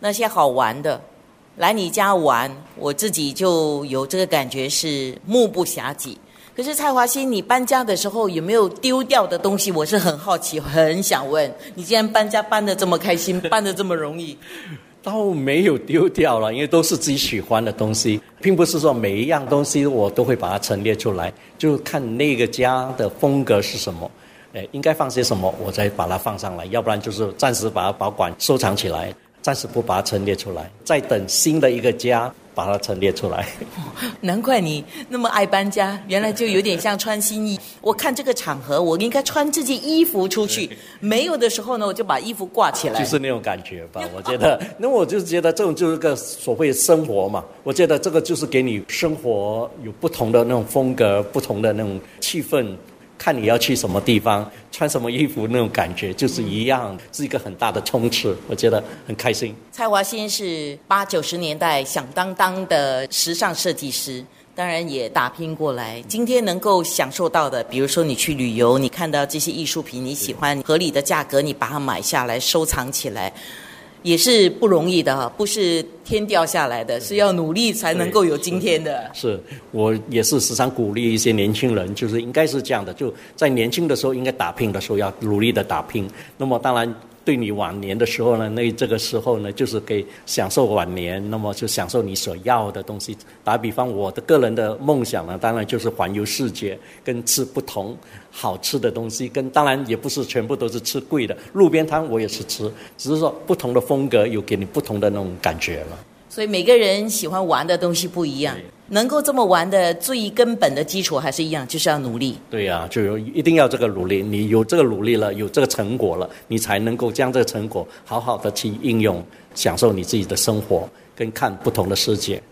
那些好玩的，来你家玩，我自己就有这个感觉是目不暇接。可是蔡华新，你搬家的时候有没有丢掉的东西？我是很好奇，很想问你，既然搬家搬得这么开心，搬得这么容易。 倒没有丢掉了，因为都是自己喜欢的东西，并不是说每一样东西我都会把它陈列出来，就看那个家的风格是什么，应该放些什么，我再把它放上来，要不然就是暂时把它保管收藏起来，暂时不把它陈列出来，再等新的一个家把它陈列出来。 难怪你那么爱搬家，原来就有点像穿新衣。我看这个场合，我应该穿这件衣服出去，没有的时候呢，我就把衣服挂起来， 就是那种感觉吧。我觉得，那我就觉得这种就是个所谓生活嘛。我觉得这个就是给你生活有不同的那种风格，不同的那种气氛。看你要去什么地方，穿什么衣服，那种感觉就是一样，是一个很大的冲刺，我觉得很开心。 蔡华新是80、90年代响当当的时尚设计师，当然也打拼过来。今天能够享受到的，比如说你去旅游，你看到这些艺术品，你喜欢合理的价格，你把它买下来收藏起来，也是不容易的，不是天掉下来的，是要努力才能够有今天的。 是，我也是时常鼓励一些年轻人，就是应该是这样的，就在年轻的时候应该打拼的时候要努力的打拼。那么当然对你晚年的时候呢，那这个时候呢，就是可以享受晚年，那么就享受你所要的东西。打比方，我的个人的梦想呢，当然就是环游世界，跟吃不同好吃的东西，跟当然也不是全部都是吃贵的，路边摊我也是吃，只是说不同的风格有给你不同的那种感觉了。 所以每个人喜欢玩的东西不一样，能够这么玩的最根本的基础还是一样，就是要努力。 对啊，就一定要这个努力，你有这个努力了，有这个成果了，你才能够将这个成果好好的去应用，享受你自己的生活，跟看不同的世界。